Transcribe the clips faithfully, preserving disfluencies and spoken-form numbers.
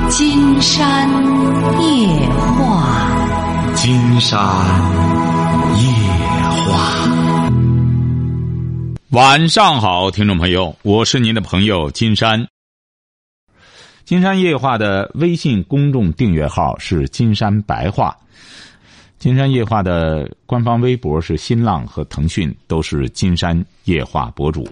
金山夜话， 金山夜话。 晚上好，听众朋友，我是您的朋友金山。金山夜话的微信公众订阅号是金山白话，金山夜话的官方微博是新浪和腾讯，都是金山夜话博主。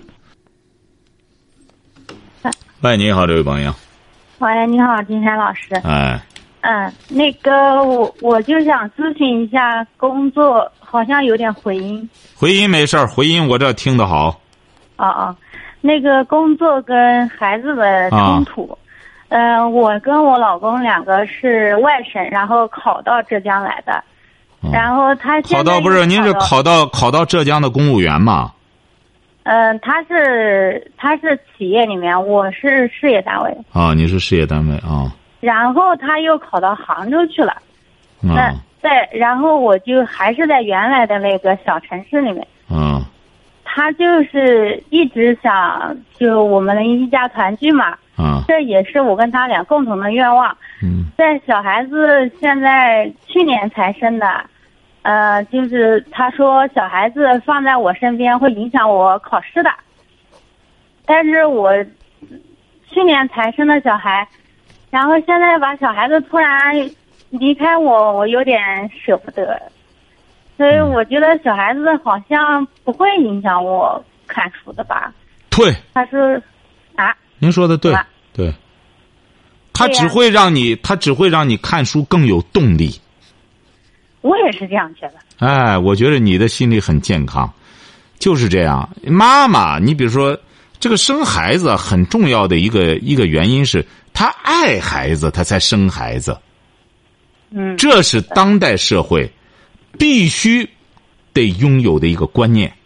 喂，你好，这位朋友。 喂，你好，金山老师。 哎， 嗯，那个我我就想咨询一下工作，好像有点回音。 回音没事儿，回音我这听得好。 哦哦，那个工作跟孩子的冲突。嗯、啊呃，我跟我老公两个是外省，然后考到浙江来的。啊、然后他现在考到不是您是考到考到浙江的公务员吗？ 嗯，他是他是企业里面，我是事业单位。 啊，你是事业单位啊。 然后他又考到杭州去了。 啊。 那在然后我就还是在原来的那个小城市里面。 啊。 他就是一直想就我们的一家团聚嘛。 啊。 这也是我跟他俩共同的愿望。 嗯。 在小孩子现在去年才生的。呃，就是他说小孩子放在我身边会影响我考试的，但是我去年才生的小孩，然后现在把小孩子突然离开我，我有点舍不得，所以我觉得小孩子好像不会影响我看书的吧？ 对， 他说啊， 您说的对，对，他只会让你，他只会让你看书更有动力。 我也是这样觉得。 哎，我觉得你的心理很健康，就是这样。妈妈，你比如说，这个生孩子很重要的一个一个原因是，她爱孩子，她才生孩子。 嗯， 这是当代社会必须得拥有的一个观念。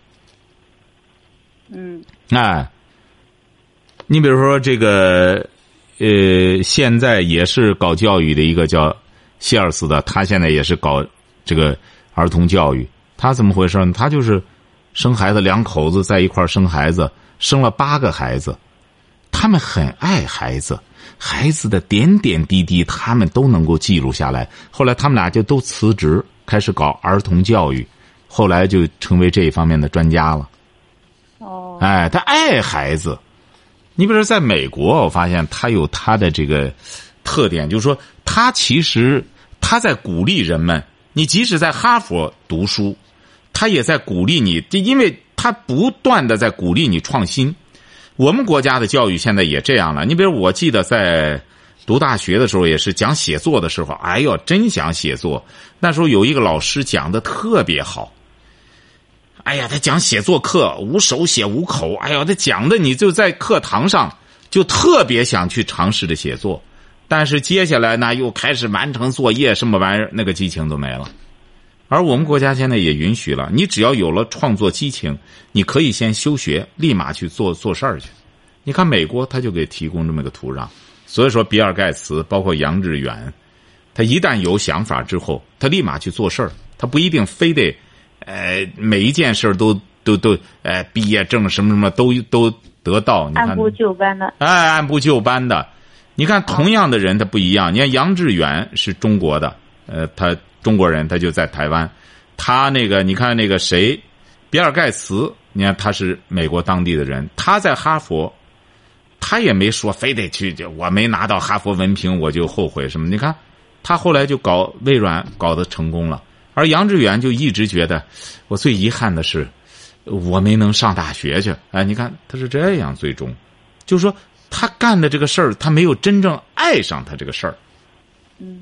嗯， 哎，你比如说这个，呃，现在也是搞教育的一个叫希尔斯的，他现在也是搞这个儿童教育。他怎么回事呢？他就是生孩子，两口子在一块儿生孩子，生了八个孩子，他们很爱孩子，孩子的点点滴滴他们都能够记录下来。后来他们俩就都辞职，开始搞儿童教育，后来就成为这一方面的专家了。 哦， 哎，他爱孩子。你比如说在美国，我发现他有他的这个特点，就是说他其实他在鼓励人们，你即使在哈佛读书，他也在鼓励你，因为他不断的在鼓励你创新。我们国家的教育现在也这样了。你比如我记得在读大学的时候，也是讲写作的时候，哎呦，真想写作。那时候有一个老师讲的特别好。哎呀，他讲写作课，无手写无口，哎呀，他讲的你就在课堂上就特别想去尝试着写作。但是接下来呢，又开始完成作业，什么玩意儿，那个激情都没了。而我们国家现在也允许了，你只要有了创作激情，你可以先休学，立马去做做事儿去。你看美国，他就给提供这么个土壤。所以说，比尔盖茨包括杨致远，他一旦有想法之后，他立马去做事儿，他不一定非得，呃，每一件事都都都，呃，毕业证什么什么都都得到。你看， 按部就班的。 哎，按部就班的。你看，同样的人他不一样。你看杨致远是中国的，呃，他中国人，他就在台湾。他那个，你看那个谁，比尔盖茨，你看他是美国当地的人，他在哈佛，他也没说非得去，我没拿到哈佛文凭我就后悔什么。你看，他后来就搞微软，搞得成功了。而杨致远就一直觉得，我最遗憾的是，我没能上大学去。哎，你看他是这样，最终，就是说。他干的这个事儿，他没有真正爱上他这个事儿。 嗯，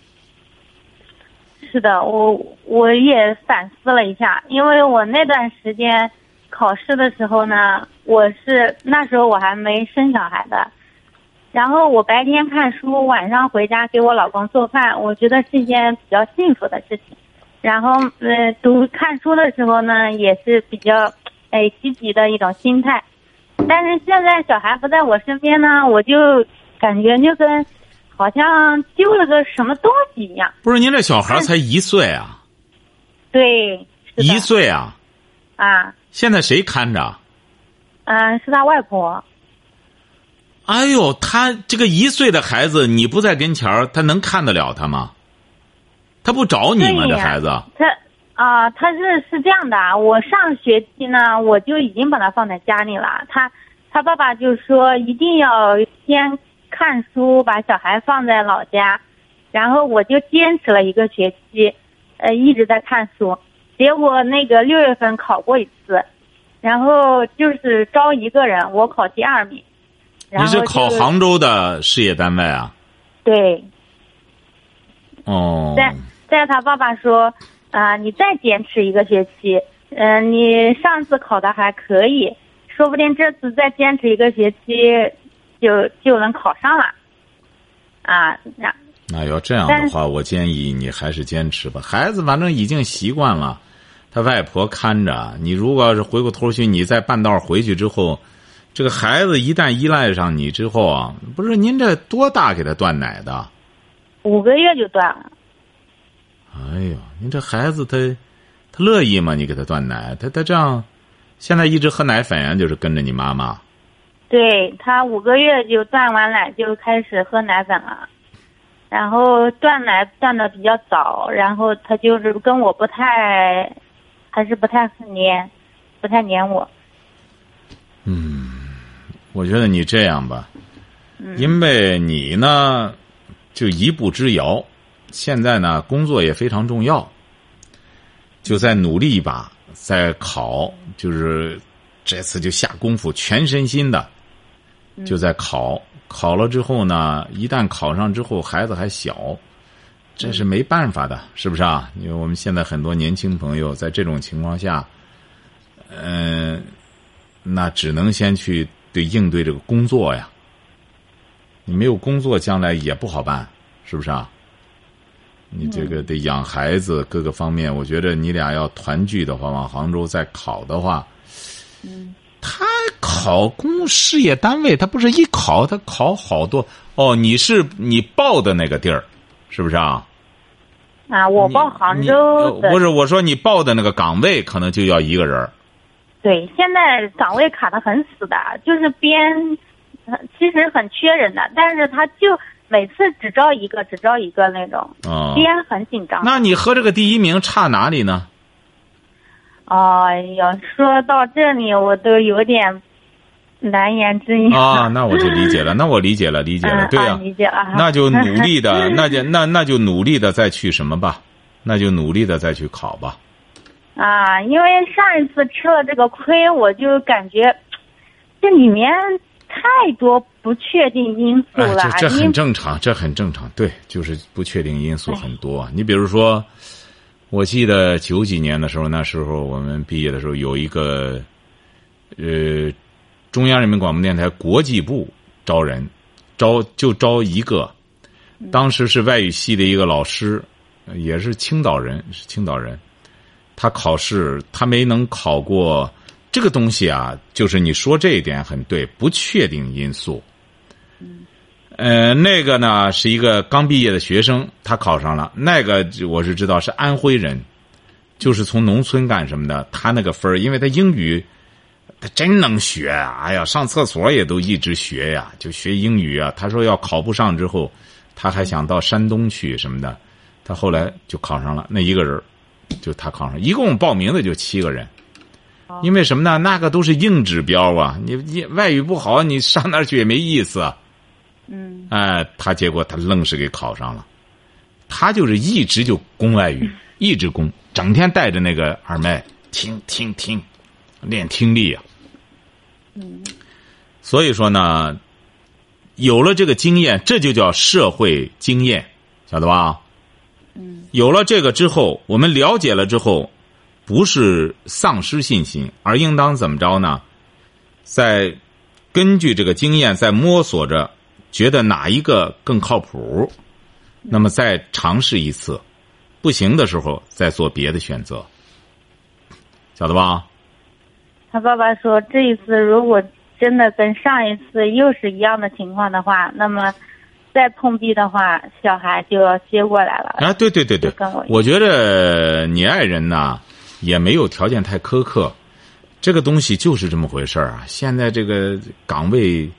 是的，我我也反思了一下，因为我那段时间考试的时候呢，我是那时候我还没生小孩的，然后我白天看书，晚上回家给我老公做饭，我觉得是一件比较幸福的事情。然后呃，读看书的时候呢，也是比较哎积极的一种心态。但是现在小孩不在我身边呢，我就感觉就跟好像丢了个什么东西一样。 不是，您这小孩才一岁啊？ 对， 一岁啊？ 啊。 现在谁看着？ 嗯，是他外婆。 哎呦，他这个一岁的孩子，你不在跟前儿，他能看得了他吗？他不找你吗？这孩子？ 他啊、呃，他是是这样的，我上学期呢，我就已经把他放在家里了。他他爸爸就说一定要先看书，把小孩放在老家，然后我就坚持了一个学期，呃，一直在看书。结果那个六月份考过一次，然后就是招一个人，我考第二名。 你是考杭州的事业单位啊？ 对。 哦。 在在他爸爸说，啊、呃，你再坚持一个学期，嗯、呃，你上次考的还可以，说不定这次再坚持一个学期，就就能考上了。啊，那那要这样的话，我建议你还是坚持吧。孩子反正已经习惯了，他外婆看着你。如果要是回过头去，你在半道回去之后。这个孩子一旦依赖上你之后啊，不是您这多大给他断奶的？ 五个月就断了。 哎呦，您这孩子他他乐意吗？你给他断奶，他他这样，现在一直喝奶粉啊，就是跟着你妈妈。 对，他五个月就断完奶就开始喝奶粉了，然后断奶断的比较早，然后他就是跟我不太，还是不太黏，不太黏我。 嗯。我觉得你这样吧，因为你呢，就一步之遥，现在呢工作也非常重要，就再努力一把，再考，就是这次就下功夫，全身心的，就在考。考了之后呢，一旦考上之后，孩子还小，这是没办法的，是不是啊？因为我们现在很多年轻朋友在这种情况下，嗯、呃，那只能先去。对应对这个工作呀，你没有工作，将来也不好办，是不是啊？你这个得养孩子，各个方面，我觉得你俩要团聚的话，往杭州再考的话， 嗯， 他考公事业单位，他不是一考，他考好多哦。你是你报的那个地儿，是不是啊？ 啊，我报杭州的， 不是我说你报的那个岗位，可能就要一个人。 对，现在岗位卡得很死的，就是编，其实很缺人的，但是他就每次只招一个，只招一个那种， 哦， 编很紧张。 那你和这个第一名差哪里呢？ 哦，要说到这里，我都有点难言之隐啊。那我就理解了，那我理解了，理解了， 嗯、 对呀、 啊，理解了。 那就努力的，那就那那就努力的再去什么吧，那就努力的再去考吧。 啊，因为上一次吃了这个亏，我就感觉这里面太多不确定因素了。 哎、这这很正常，这很正常。对，就是不确定因素很多。哎、你比如说，我记得九几年的时候，那时候我们毕业的时候，有一个呃中央人民广播电台国际部招人，招就招一个，当时是外语系的一个老师，也是青岛人，是青岛人。他考试，他没能考过这个东西啊，就是你说这一点很对，不确定因素。呃，那个呢是一个刚毕业的学生，他考上了。那个我是知道是安徽人，就是从农村干什么的。他那个分儿，因为他英语，他真能学啊！哎呀，上厕所也都一直学呀，就学英语啊。他说要考不上之后，他还想到山东去什么的，他后来就考上了。那一个人。就他考上，一共报名的就七个人，因为什么呢？那个都是硬指标啊！你你外语不好，你上那儿去也没意思。 嗯。 哎，他结果他愣是给考上了，他就是一直就攻外语，一直攻，整天带着那个耳麦听听听，练听力啊。 嗯。 所以说呢，有了这个经验，这就叫社会经验，晓得吧？ 嗯， 有了这个之后，我们了解了之后，不是丧失信心，而应当怎么着呢？在根据这个经验，在摸索着，觉得哪一个更靠谱，那么再尝试一次，不行的时候再做别的选择，晓得吧？ 他爸爸说，这一次如果真的跟上一次又是一样的情况的话，那么。再碰壁的话，小孩就要接过来了。 啊，对对对对，我, 我觉得你爱人呢也没有条件太苛刻，这个东西就是这么回事儿啊。现在这个岗位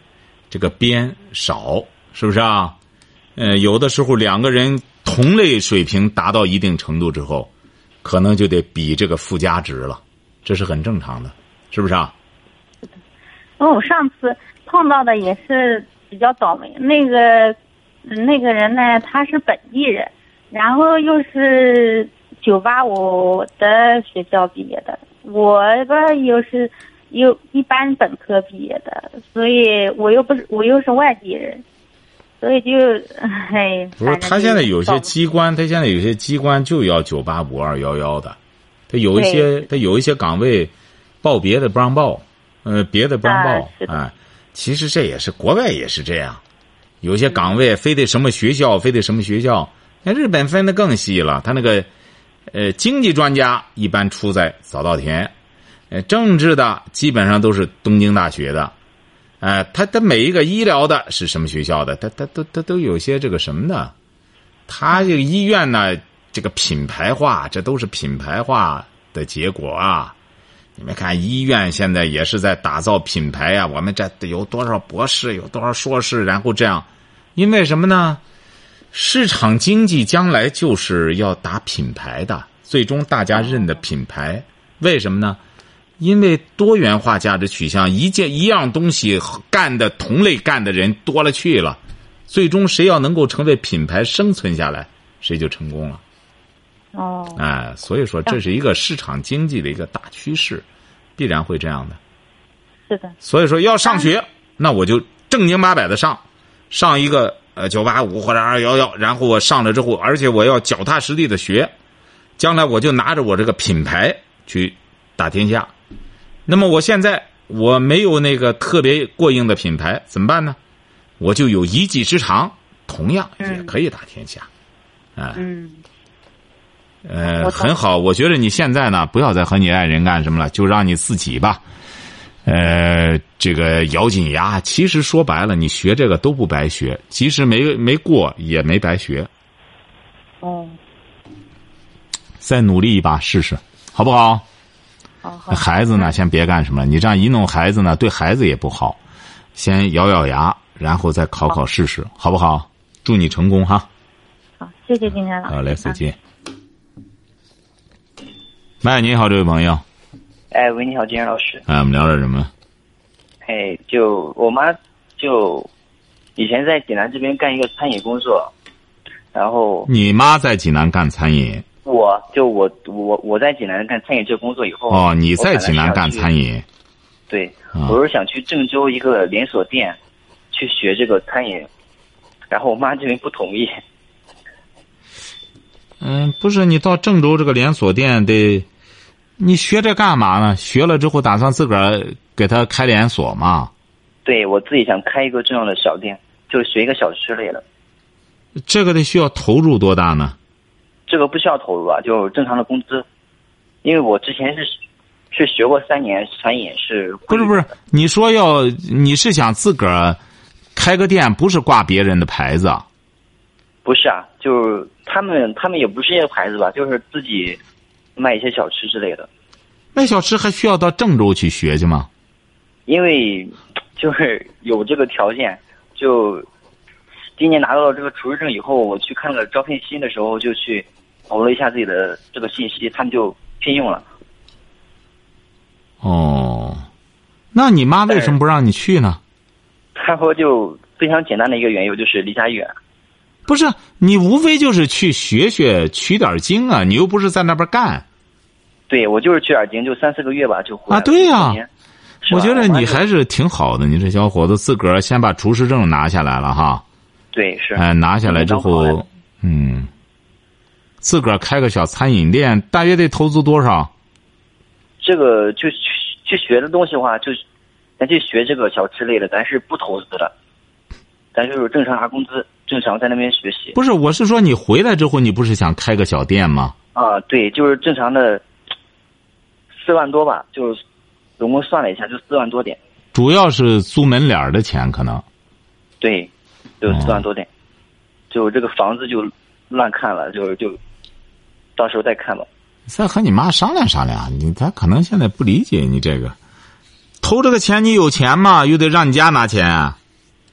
这个边少，是不是啊？呃，有的时候两个人同类水平达到一定程度之后，可能就得比这个附加值了，这是很正常的，是不是啊？ 因为我上次碰到的也是比较倒霉，那个那个人呢，他是本地人，然后又是九八五的学校毕业的，我吧又是又一般本科毕业的，所以我又不是我又是外地人，所以就哎。 不是，他现在有些机关，他现在有些机关就要九八五二幺幺的，他有一些他有一些岗位报别的不让报，呃，别的不让报，哎、啊，其实这也是国外也是这样，有些岗位非得什么学校，非得什么学校。那日本分得更细了，他那个呃经济专家一般出在早稻田，呃政治的基本上都是东京大学的，呃他他每一个医疗的是什么学校的，他他都他都有些这个什么的，他这个医院呢，这个品牌化，这都是品牌化的结果啊。你们看医院现在也是在打造品牌啊，我们这有多少博士，有多少硕士，然后这样，因为什么呢？市场经济将来就是要打品牌的，最终大家认的品牌。为什么呢？因为多元化价值取向，一件一样东西干的同类干的人多了去了，最终谁要能够成为品牌生存下来，谁就成功了。 哦， 哎，所以说这是一个市场经济的一个大趋势，必然会这样的。 是的。 所以说要上学，那我就正经八百的上，上一个呃九八五或者二幺幺，然后我上了之后，而且我要脚踏实地的学，将来我就拿着我这个品牌去打天下。那么我现在我没有那个特别过硬的品牌，怎么办呢？我就有一技之长，同样也可以打天下。啊、 嗯。 呃，很好，我觉得你现在呢，不要再和你爱人干什么了，就让你自己吧。呃，这个咬紧牙，其实说白了，你学这个都不白学，即使没没过也没白学。 哦。 再努力一把试试，好不好？ 好好。 孩子呢，先别干什么，你这样一弄孩子呢，对孩子也不好。先咬咬牙，然后再考考试试，好不好？祝你成功哈。 好，谢谢金山老师。 好嘞，再见。喂，你好，这位朋友。 哎，喂，你好，金山老师。 哎，我们聊点什么？ 哎，就我妈就以前在济南这边干一个餐饮工作，然后你妈在济南干餐饮？ 我就我我我在济南干餐饮这个工作以后。 哦，你在济南干餐饮？ 对， 哦、 我是想去郑州一个连锁店去学这个餐饮，然后我妈这边不同意。 嗯，不是，你到郑州这个连锁店得。你学这干嘛呢？学了之后打算自个儿给他开连锁吗？ 对，我自己想开一个这样的小店，就学一个小吃类的。 这个得需要投入多大呢？ 这个不需要投入啊，就正常的工资。因为我之前是是学过三年餐饮，是不是不是？你说要你是想自个儿开个店，不是挂别人的牌子啊？ 不是啊，就是他们他们也不是一个牌子吧，就是自己。卖一些小吃之类的， 卖小吃还需要到郑州去学去吗？ 因为就是有这个条件，就今年拿到了这个厨师证以后，我去看了招聘信的时候，就去投了一下自己的这个信息，他们就聘用了。 哦，那你妈为什么不让你去呢？ 他说就非常简单的一个缘由，就是离家远。 不是，你无非就是去学学取点经啊，你又不是在那边干。 对，我就是取点经，就三四个月吧，就回来啊，对呀、啊， 我觉得你还是挺好的，你这小伙子自个儿先把厨师证拿下来了哈。 对，是。 哎，拿下来之后，嗯，自个儿开个小餐饮店，大约得投资多少？ 这个就去去学的东西的话，就咱去学这个小吃类的，咱是不投资的，咱就是正常拿工资。正常在那边学习。 不是，我是说你回来之后，你不是想开个小店吗？ 啊，对，就是正常的四万多吧，就是总共算了一下，就四万多点。 主要是租门脸的钱可能。 对，就四万多点，哦、就这个房子就乱看了，就就到时候再看吧。 再和你妈商量商量，你她可能现在不理解你这个，投这个钱你有钱吗？又得让你家拿钱啊。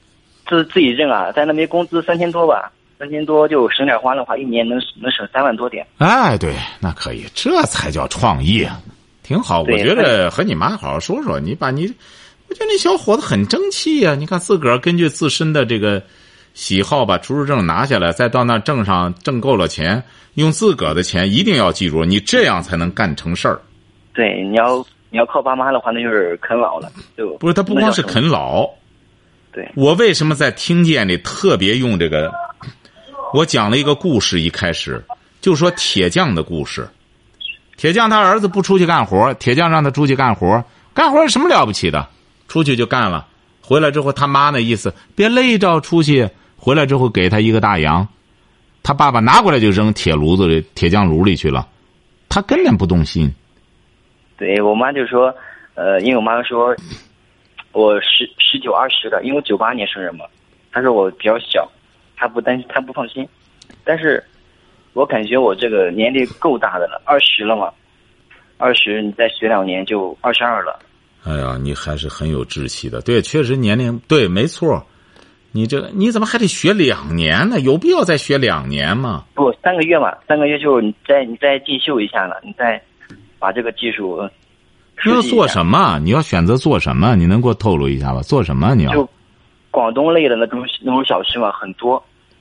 自自己挣啊，在那边工资三千多吧，三千多就省点花的话，一年能能省三万多点。 哎，对，那可以，这才叫创意啊，挺好。我觉得和你妈好好说说，你把你，我觉得那小伙子很争气呀、啊。你看自个儿根据自身的这个喜好把出入证拿下来，再到那挣上挣够了钱，用自个儿的钱，一定要记住，你这样才能干成事儿。 对，你要你要靠爸妈的话，那就是啃老了。就不是他不光是啃老。 对， 我为什么在听见里特别用这个？我讲了一个故事，一开始就说铁匠的故事。铁匠他儿子不出去干活，铁匠让他出去干活，干活有什么了不起的？出去就干了，回来之后他妈那意思，别累着出去，回来之后给他一个大洋，他爸爸拿过来就扔铁炉子里、铁匠炉里去了，他根本不动心。 对，我妈就说，呃，因为我妈说，我十十九二十的，因为我九八年生人嘛，她说我比较小，她不担心，她不放心，但是我感觉我这个年龄够大的了，二十了嘛，二十你再学两年就二十二了。 哎呀，你还是很有志气的，对，确实年龄对，没错。你这个你怎么还得学两年呢？有必要再学两年吗？ 不，三个月嘛，三个月就你再你再进修一下了，你再把这个技术。 你要做什么？你要选择做什么？你能给我透露一下吧？做什么？你要就广东类的那种那种小吃嘛，很多。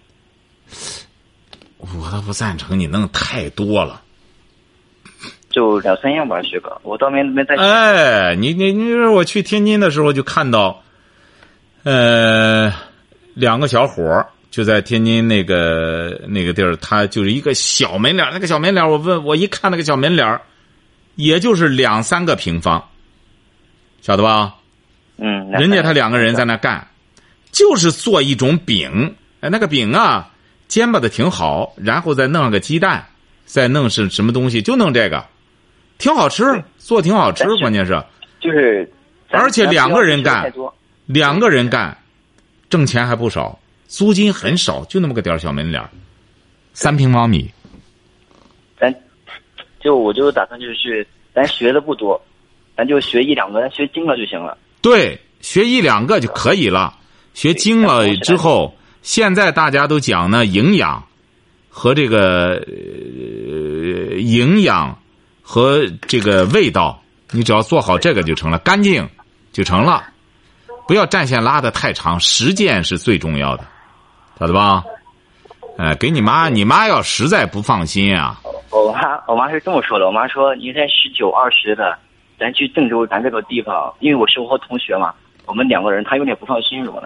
我倒不赞成你弄太多了。 就两三样吧，学个。我到那边再。 哎，你你你说我去天津的时候就看到，呃，两个小伙儿就在天津那个那个地儿，他就是一个小门脸，那个小门脸，我问我一看那个小门脸。也就是两三个平方，晓得吧？ 嗯， 人家他两个人在那干，就是做一种饼，哎，那个饼啊，煎巴的挺好，然后再弄上个鸡蛋，再弄是什么东西，就弄这个，挺好吃，做挺好吃，关键是， 就是， 而且两个人干，两个人干，挣钱还不少，租金很少，就那么个点小门脸，三平方米。 咱。就我就打算就是，咱学的不多，咱就学一两个，咱学精了就行了。 对，学一两个就可以了。学精了之后，现在大家都讲呢，营养和这个、呃、营养和这个味道，你只要做好这个就成了，干净就成了。不要战线拉得太长，实践是最重要的，晓得吧？哎，给你妈，你妈要实在不放心啊。 我妈，我妈是这么说的。我妈说：“你才十九二十的，咱去郑州，咱这个地方，因为我是我和同学嘛，我们两个人，她有点不放心什么的。”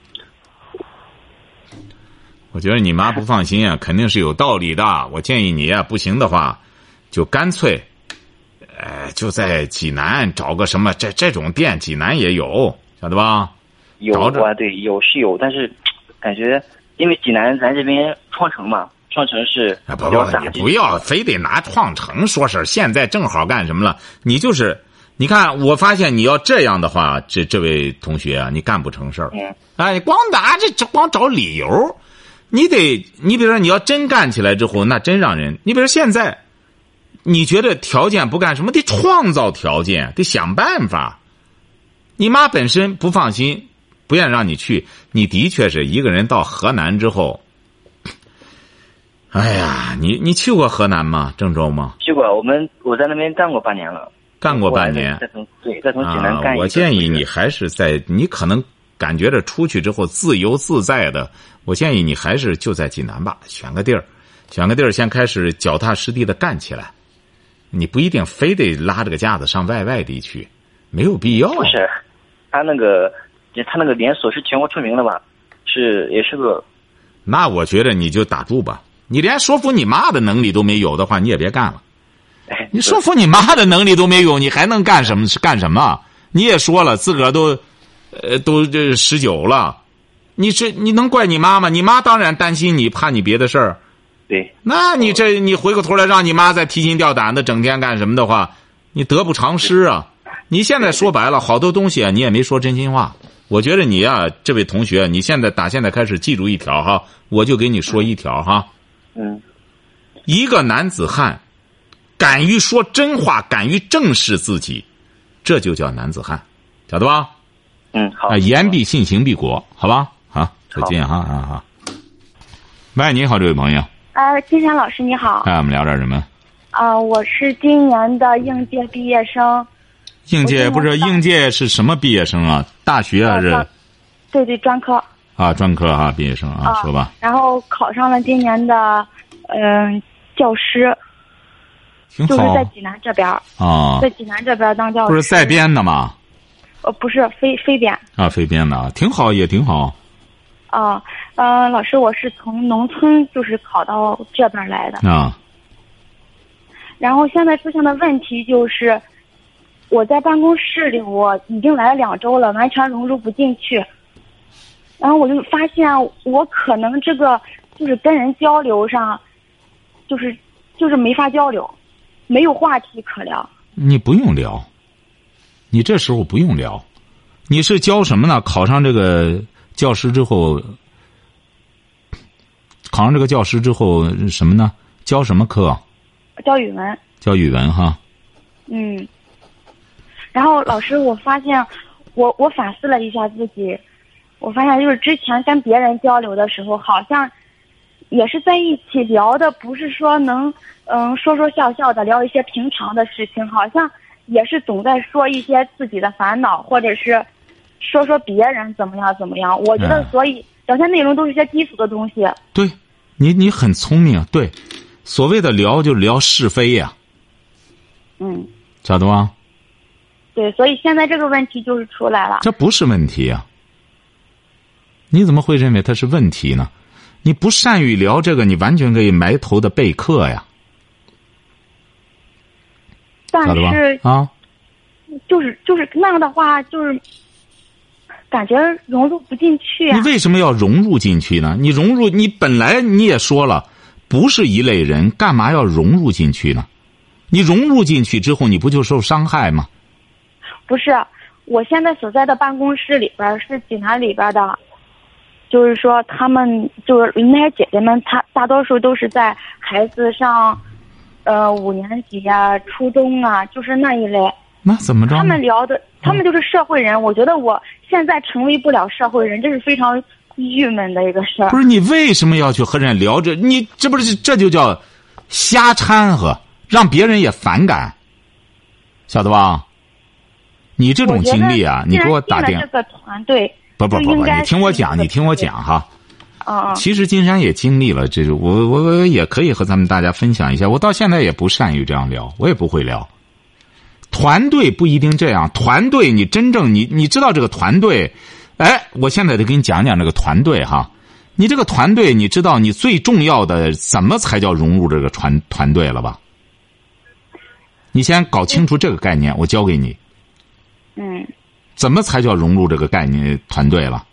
我觉得你妈不放心啊，肯定是有道理的。我建议你啊，不行的话，就干脆，呃，就在济南找个什么这这种店，济南也有，晓得吧？ 有啊，对，有是有，但是感觉因为济南咱这边创城嘛。创城是啊，不不，你不要非得拿创城说事儿。现在正好干什么了？你就是，你看，我发现你要这样的话，这这位同学啊，你干不成事儿。 嗯。 哎，光拿这这光找理由，你得，你比如说你要真干起来之后，那真让人。你比如说现在，你觉得条件不干什么，得创造条件，得想办法。你妈本身不放心，不愿让你去，你的确是一个人到河南之后。哎呀，你你去过河南吗？郑州吗？ 去过，我们我在那边干过半年了。 干过半年。 再从对，再从济南干、 啊。我建议你还是在你可能感觉着出去之后自由自在的，我建议你还是就在济南吧，选个地儿，选个地儿先开始脚踏实地的干起来。你不一定非得拉着个架子上外外地去，没有必要。 不是，他那个他那个连锁是全国出名的吧？是也是个。 那我觉得你就打住吧。你连说服你妈的能力都没有的话，你也别干了。你说服你妈的能力都没有，你还能干什么？是干什么？你也说了，自个儿都，呃，都这十九了，你这你能怪你妈吗？你妈当然担心你，怕你别的事儿。 对。 那你这你回过头来让你妈再提心吊胆的整天干什么的话，你得不偿失啊！你现在说白了，好多东西啊，你也没说真心话。我觉得你啊，这位同学，你现在打现在开始记住一条哈，我就给你说一条哈。 嗯， 一个男子汉，敢于说真话，敢于正视自己，这就叫男子汉，晓得吧？ 嗯，好。 啊，言必信，行必果，好吧？啊。 再见哈啊哈。喂，你好，这位朋友。 啊，金山老师你好。 哎，我们聊点什么？ 啊，我是今年的应届毕业生。 应届不是应届是什么毕业生啊？大学还是？ 啊、对对，专科。 啊，专科哈、啊，毕业生啊，啊说吧。 然后考上了今年的嗯、呃、教师。 挺好。 就是在济南这边。 啊。 在济南这边当教师。 不是在编的吗？ 呃，不是非非编。 啊，非编的，挺好，也挺好。 啊，嗯、呃，老师，我是从农村就是考到这边来的啊。 然后现在出现的问题就是，我在办公室里，我已经来了两周了，完全融入不进去。然后我就发现，我可能这个就是跟人交流上，就是就是没法交流，没有话题可聊。 你不用聊，你这时候不用聊，你是教什么呢？考上这个。教师之后，考上这个教师之后什么呢？教什么课？ 教语文。 教语文哈。 嗯。然后老师，我发现，我我反思了一下自己，我发现就是之前跟别人交流的时候，好像也是在一起聊的，不是说能嗯说说笑笑的聊一些平常的事情，好像也是总在说一些自己的烦恼，或者是。说说别人怎么样怎么样，我觉得所以聊天内容都是一些低俗的东西。 对，你你很聪明，对，所谓的聊就聊是非呀、啊。 嗯， 晓得吗？ 对，所以现在这个问题就是出来了。 这不是问题呀、啊，你怎么会认为它是问题呢？你不善于聊这个，你完全可以埋头的备课呀。 但是啊， 就是就是那样的话，就是。感觉融入不进去啊！ 你为什么要融入进去呢？你融入，你本来你也说了，不是一类人，干嘛要融入进去呢？你融入进去之后，你不就受伤害吗？ 不是，我现在所在的办公室里边是济南里边的，就是说他们就是那些姐姐们，她大多数都是在孩子上，呃五年级啊、初中啊，就是那一类。 那怎么着？ 他们聊的，他们就是社会人。嗯、我觉得我现在成为不了社会人，这是非常郁闷的一个事儿。 不是你为什么要去和人聊这？你这不是这就叫瞎掺和，让别人也反感，晓得吧？你这种经历啊，你给我打电话。 这个团队不不不不，你听我讲，你听我讲哈。 啊。 其实金山也经历了这种，我我我也可以和咱们大家分享一下。我到现在也不善于这样聊，我也不会聊。团队不一定这样，团队你真正你你知道这个团队，哎，我现在得给你讲讲这个团队哈。你这个团队，你知道你最重要的怎么才叫融入这个团团队了吧？你先搞清楚这个概念，我教给你。 嗯。 怎么才叫融入这个概念团队了？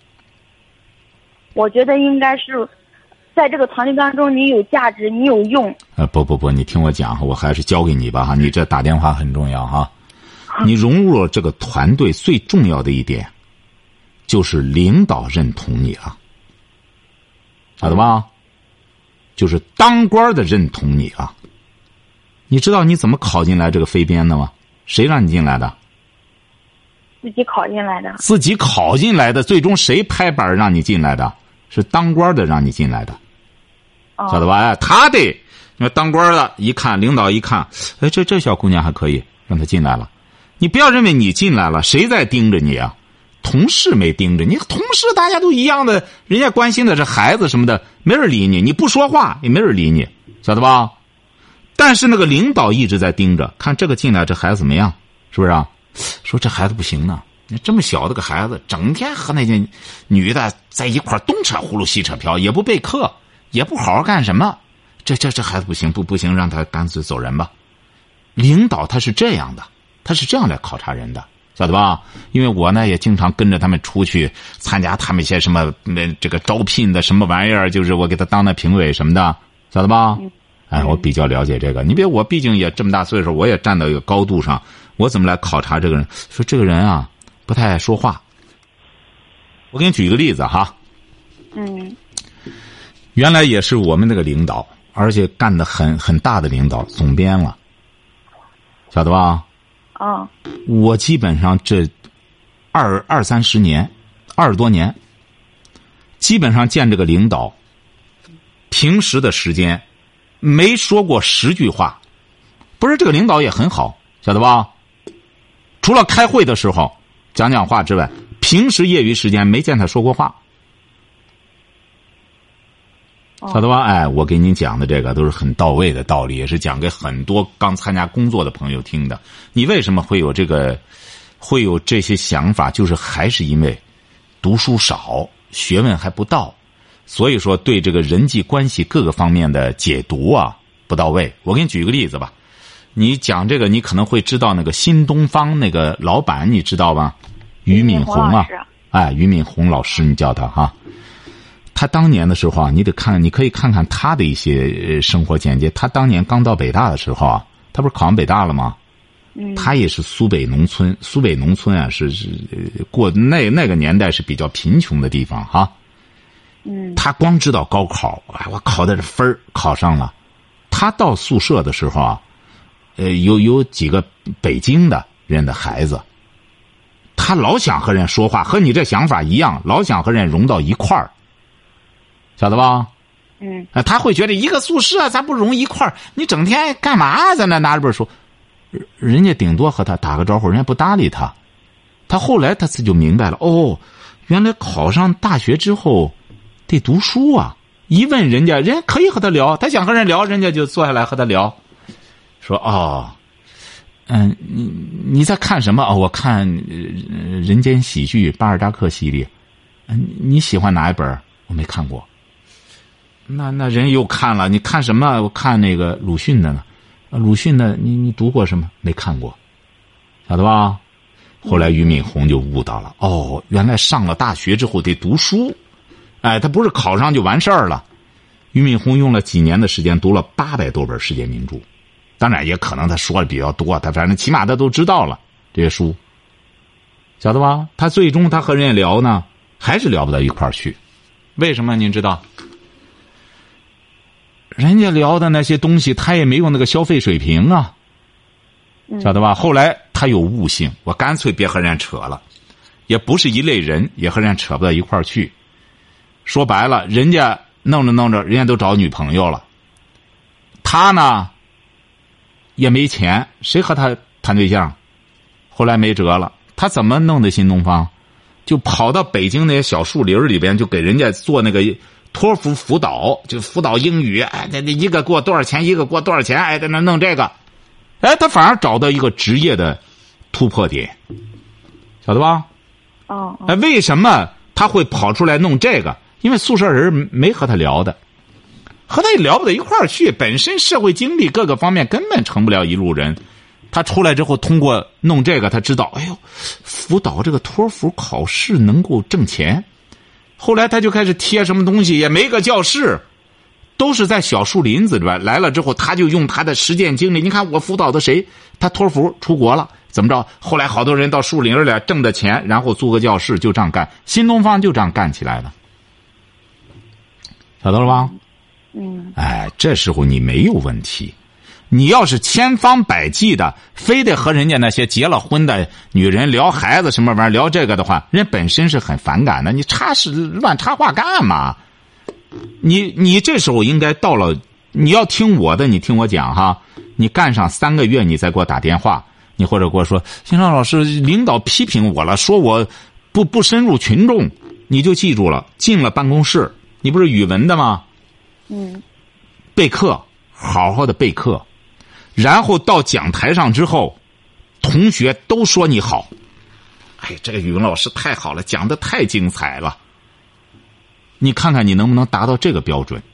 我觉得应该是。在这个团队当中，你有价值，你有用。 呃，不不不，你听我讲，我还是教给你吧哈。你这打电话很重要哈。你融入了这个团队，最重要的一点，就是领导认同你了，晓得吧？就是当官的认同你了。你知道你怎么考进来这个非编的吗？谁让你进来的？ 自己考进来的。 自己考进来的，最终谁拍板让你进来的？是当官的让你进来的。晓得吧？哎，他得，那当官的一看，领导一看，哎，这这小姑娘还可以，让她进来了。你不要认为你进来了，谁在盯着你啊？同事没盯着你，同事大家都一样的，人家关心的是孩子什么的，没人理你，你不说话也没人理你，晓得吧？但是那个领导一直在盯着，看这个进来这孩子怎么样，是不是啊？说这孩子不行呢，你这么小的个孩子，整天和那些女的在一块东扯葫芦西扯瓢，也不备课。也不好好干什么，这这这孩子不行，不不行，让他干脆走人吧。领导他是这样的，他是这样来考察人的，晓得吧？因为我呢也经常跟着他们出去参加他们一些什么这个招聘的什么玩意儿，就是我给他当那评委什么的，晓得吧？哎，我比较了解这个。你别我毕竟也这么大岁数，我也站到一个高度上，我怎么来考察这个人？说这个人啊不太爱说话。我给你举一个例子哈。 嗯。 原来也是我们那个领导，而且干得很很大的领导，总编了，晓得吧？ 啊、哦。 我基本上这二二三十年，二十多年， 基本上见这个领导，平时的时间没说过十句话。不是，这个领导也很好，晓得吧？除了开会的时候讲讲话之外，平时业余时间没见他说过话，晓得吧？哎，我给您讲的这个都是很到位的道理，也是讲给很多刚参加工作的朋友听的。你为什么会有这个，会有这些想法？就是还是因为读书少，学问还不到，所以说对这个人际关系各个方面的解读啊不到位。我给你举个例子吧，你讲这个，你可能会知道那个新东方那个老板，你知道吧？俞敏洪啊，哎，俞敏洪老师，你叫他哈。他当年的时候啊，你得看，你可以看看他的一些生活简介。他当年刚到北大的时候啊，他不是考上北大了吗？ 嗯， 他也是苏北农村，苏北农村啊是是过那那个年代是比较贫穷的地方哈。 嗯， 他光知道高考，哎，我考的是分儿考上了。他到宿舍的时候啊，呃，有有几个北京的人的孩子，他老想和人说话，和你这想法一样，老想和人融到一块儿，晓得吧？ 嗯， 啊，他会觉得一个宿舍咱不融一块儿，你整天干嘛在那拿着本书？人家顶多和他打个招呼，人家不搭理他。他后来他自己就明白了，哦，原来考上大学之后得读书啊！一问人家，人家可以和他聊，他想和人聊，人家就坐下来和他聊，说哦，嗯，你你在看什么？哦，我看《人间喜剧》巴尔扎克系列。嗯，你喜欢哪一本？我没看过。那那人又看了，你看什么？我看那个鲁迅的呢。鲁迅的，你你读过什么？没看过，晓得吧？后来俞敏洪就悟到了，哦，原来上了大学之后得读书，哎，他不是考上就完事儿了。俞敏洪用了几年的时间读了八百多本世界名著，当然也可能他说的比较多，他反正起码他都知道了这些书，晓得吧？他最终他和人家聊呢，还是聊不到一块儿去，为什么？您知道？人家聊的那些东西，他也没有那个消费水平啊，晓得吧？后来他有悟性，我干脆别和人家扯了，也不是一类人，也和人家扯不到一块儿去。说白了，人家弄着弄着，人家都找女朋友了，他呢也没钱，谁和他谈对象？后来没辙了，他怎么弄的新东方？就跑到北京那些小树林里边，就给人家做那个托福辅导，就辅导英语，哎，这一个给我多少钱，一个给我多少钱，哎，在那弄这个，哎，他反而找到一个职业的突破点，晓得吧？ 哦， 哎，为什么他会跑出来弄这个？因为宿舍人没和他聊的，和他也聊不到一块儿去，本身社会经历各个方面根本成不了一路人。他出来之后，通过弄这个，他知道，哎呦，辅导这个托福考试能够挣钱。后来他就开始贴什么东西，也没个教室，都是在小树林子里边。来了之后，他就用他的实践经历。你看我辅导的谁，他托福出国了，怎么着？后来好多人到树林里挣的钱，然后租个教室，就这样干。新东方就这样干起来了，晓得了吧？ 嗯。 哎，这时候你没有问题。你要是千方百计的，非得和人家那些结了婚的女人聊孩子什么玩意儿，聊这个的话，人本身是很反感的。你插是乱插话干嘛？你你这时候应该到了，你要听我的，你听我讲哈。你干上三个月，你再给我打电话，你或者给我说，金少老师，领导批评我了，说我不不深入群众，你就记住了，进了办公室，你不是语文的吗？ 嗯。 备课，好好的备课。然后到讲台上之后，同学都说你好，哎，这个语文老师太好了，讲得太精彩了。你看看你能不能达到这个标准？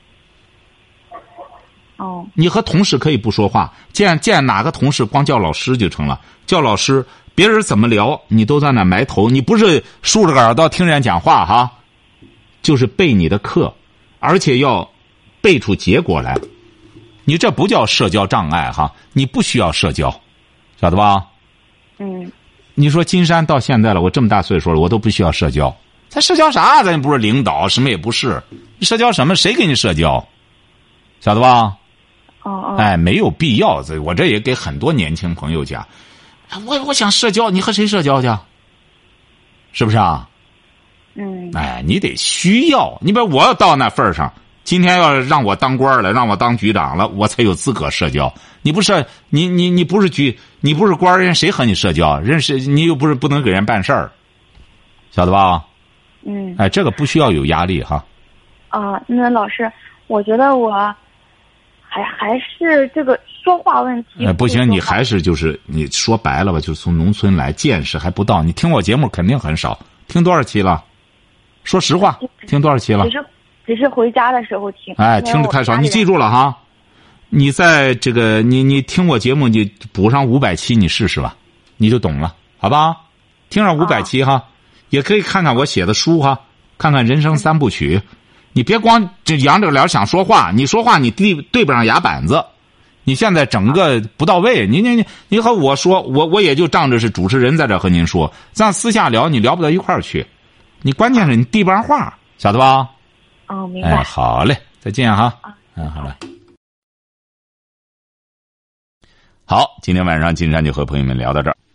哦。 你和同事可以不说话，见见哪个同事光叫老师就成了，叫老师，别人怎么聊你都在那埋头，你不是竖着个耳朵听人家讲话哈，就是背你的课，而且要背出结果来。你这不叫社交障碍哈，你不需要社交，晓得吧？ 嗯。 你说金山到现在了，我这么大岁数了，我都不需要社交。咱社交啥？咱不是领导，什么也不是。你社交什么？谁给你社交？晓得吧？ 哦哦。 哎，没有必要。我这也给很多年轻朋友讲，我我想社交，你和谁社交去？是不是啊？ 嗯。 哎，你得需要，你比如我要到那份儿上，今天要让我当官了，让我当局长了，我才有资格社交。你不是你你你不是局，你不是官，人谁和你社交？人是你又不是不能给人办事儿，晓得吧？ 嗯。 哎，这个不需要有压力哈。 啊，那老师，我觉得我还还是这个说话问题。 哎，不行，你还是就是你说白了吧，就是从农村来，见识还不到。你听我节目肯定很少，听多少期了？说实话，听多少期了？ 只是只是回家的时候听。 哎，听的太少，你记住了哈。你在这个你你听我节目，你补上五百期，你试试吧，你就懂了，好吧？听上五百期哈，也可以看看我写的书哈，看看人生三部曲。你别光这扬着脸想说话，你说话你对对不上牙板子。你现在整个不到位，你你你你和我说，我我也就仗着是主持人在这和您说，咱私下聊你聊不到一块儿去。你关键是你地不上话，晓得吧？ 哦，明白。 哎，好嘞，再见哈。嗯，好嘞。好，今天晚上金山就和朋友们聊到这儿。